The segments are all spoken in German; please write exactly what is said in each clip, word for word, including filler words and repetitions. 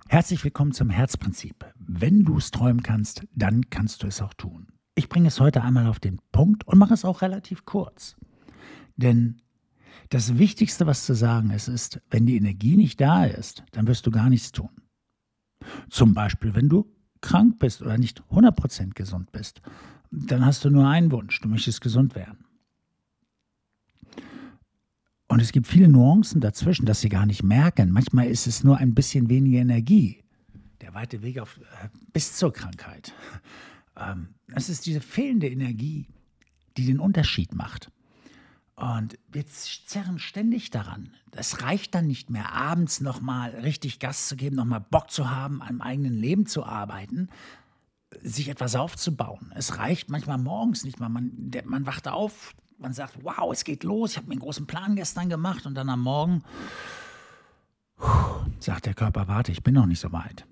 Herzlich willkommen zum Herzprinzip. Wenn du es träumen kannst, dann kannst du es auch tun. Ich bringe es heute einmal auf den Punkt und mache es auch relativ kurz. Denn das Wichtigste, was zu sagen ist, ist, wenn die Energie nicht da ist, dann wirst du gar nichts tun. Zum Beispiel, wenn du krank bist oder nicht hundert Prozent gesund bist, dann hast du nur einen Wunsch, du möchtest gesund werden. Und es gibt viele Nuancen dazwischen, dass sie gar nicht merken. Manchmal ist es nur ein bisschen weniger Energie. Der weite Weg auf, äh, bis zur Krankheit. Ähm, es ist diese fehlende Energie, die den Unterschied macht. Und wir zerren ständig daran. Es reicht dann nicht mehr, abends nochmal richtig Gas zu geben, nochmal Bock zu haben, am eigenen Leben zu arbeiten, sich etwas aufzubauen. Es reicht manchmal morgens nicht mal. Man, der, man wacht auf, man sagt, wow, es geht los, ich habe mir einen großen Plan gestern gemacht und dann am Morgen puh, sagt der Körper, warte, ich bin noch nicht so weit.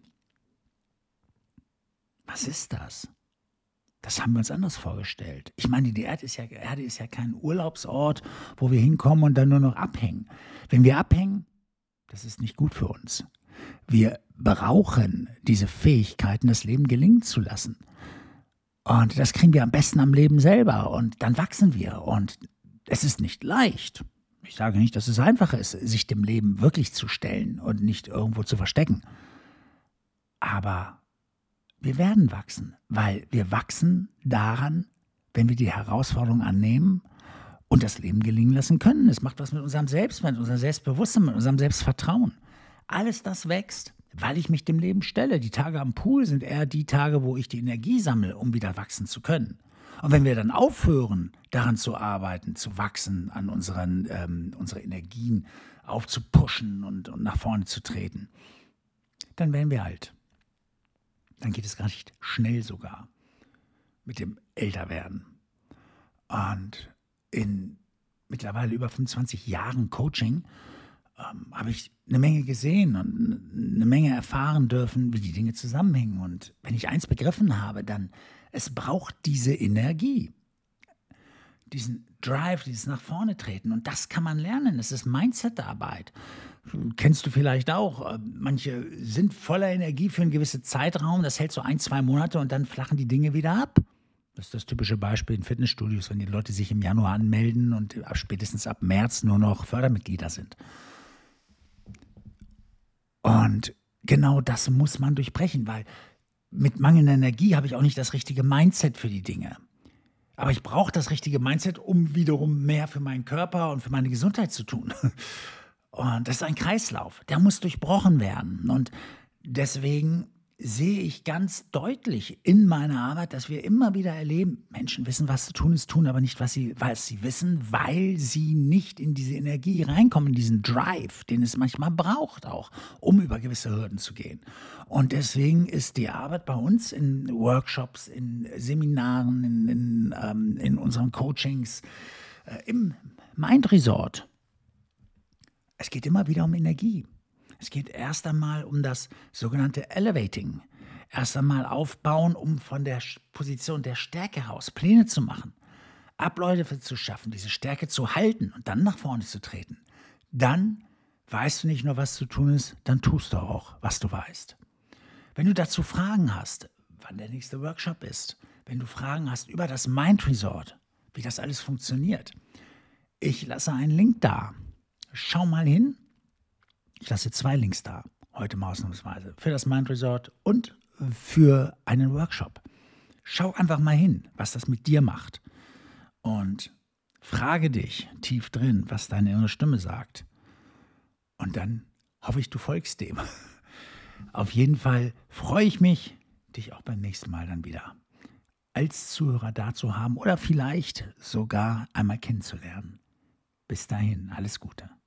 Was ist das? Das haben wir uns anders vorgestellt. Ich meine, die Erde ist ja, Erde ist ja kein Urlaubsort, wo wir hinkommen und dann nur noch abhängen. Wenn wir abhängen, das ist nicht gut für uns. Wir brauchen diese Fähigkeiten, das Leben gelingen zu lassen. Und das kriegen wir am besten am Leben selber. Und dann wachsen wir. Und es ist nicht leicht. Ich sage nicht, dass es einfach ist, sich dem Leben wirklich zu stellen und nicht irgendwo zu verstecken. Aber wir werden wachsen, weil wir wachsen daran, wenn wir die Herausforderung annehmen und das Leben gelingen lassen können. Es macht was mit unserem Selbstwert, mit unserem Selbstbewusstsein, mit unserem Selbstvertrauen. Alles das wächst, weil ich mich dem Leben stelle. Die Tage am Pool sind eher die Tage, wo ich die Energie sammle, um wieder wachsen zu können. Und wenn wir dann aufhören, daran zu arbeiten, zu wachsen, an unseren, ähm, unsere Energien aufzupushen und, und nach vorne zu treten, dann werden wir alt. Dann geht es gar nicht schnell sogar mit dem Älterwerden. Und in mittlerweile über fünfundzwanzig Jahren Coaching ähm, habe ich eine Menge gesehen und eine Menge erfahren dürfen, wie die Dinge zusammenhängen. Und wenn ich eins begriffen habe, dann, es braucht diese Energie, diesen Drive, dieses nach vorne treten. Und das kann man lernen. Es ist Mindset-Arbeit. Kennst du vielleicht auch. Manche sind voller Energie für einen gewissen Zeitraum. Das hält so ein, zwei Monate und dann flachen die Dinge wieder ab. Das ist das typische Beispiel in Fitnessstudios, wenn die Leute sich im Januar anmelden und spätestens ab März nur noch Fördermitglieder sind. Und genau das muss man durchbrechen, weil mit mangelnder Energie habe ich auch nicht das richtige Mindset für die Dinge. Aber ich brauche das richtige Mindset, um wiederum mehr für meinen Körper und für meine Gesundheit zu tun. Und das ist ein Kreislauf, der muss durchbrochen werden. Und deswegen sehe ich ganz deutlich in meiner Arbeit, dass wir immer wieder erleben, Menschen wissen, was zu tun ist, tun aber nicht, was sie, was sie wissen, weil sie nicht in diese Energie reinkommen, in diesen Drive, den es manchmal braucht auch, um über gewisse Hürden zu gehen. Und deswegen ist die Arbeit bei uns in Workshops, in Seminaren, in, in, ähm, in unseren Coachings, äh, im Mind Resort, es geht immer wieder um Energie. Es geht erst einmal um das sogenannte Elevating. Erst einmal aufbauen, um von der Position der Stärke heraus Pläne zu machen, Abläufe zu schaffen, diese Stärke zu halten und dann nach vorne zu treten. Dann weißt du nicht nur, was zu tun ist, dann tust du auch, was du weißt. Wenn du dazu Fragen hast, wann der nächste Workshop ist, wenn du Fragen hast über das Mind Resort, wie das alles funktioniert, ich lasse einen Link da. Schau mal hin. Ich lasse zwei Links da, heute mal ausnahmsweise, für das Mind Resort und für einen Workshop. Schau einfach mal hin, was das mit dir macht. Und frage dich tief drin, was deine innere Stimme sagt. Und dann hoffe ich, du folgst dem. Auf jeden Fall freue ich mich, dich auch beim nächsten Mal dann wieder als Zuhörer da zu haben oder vielleicht sogar einmal kennenzulernen. Bis dahin, alles Gute.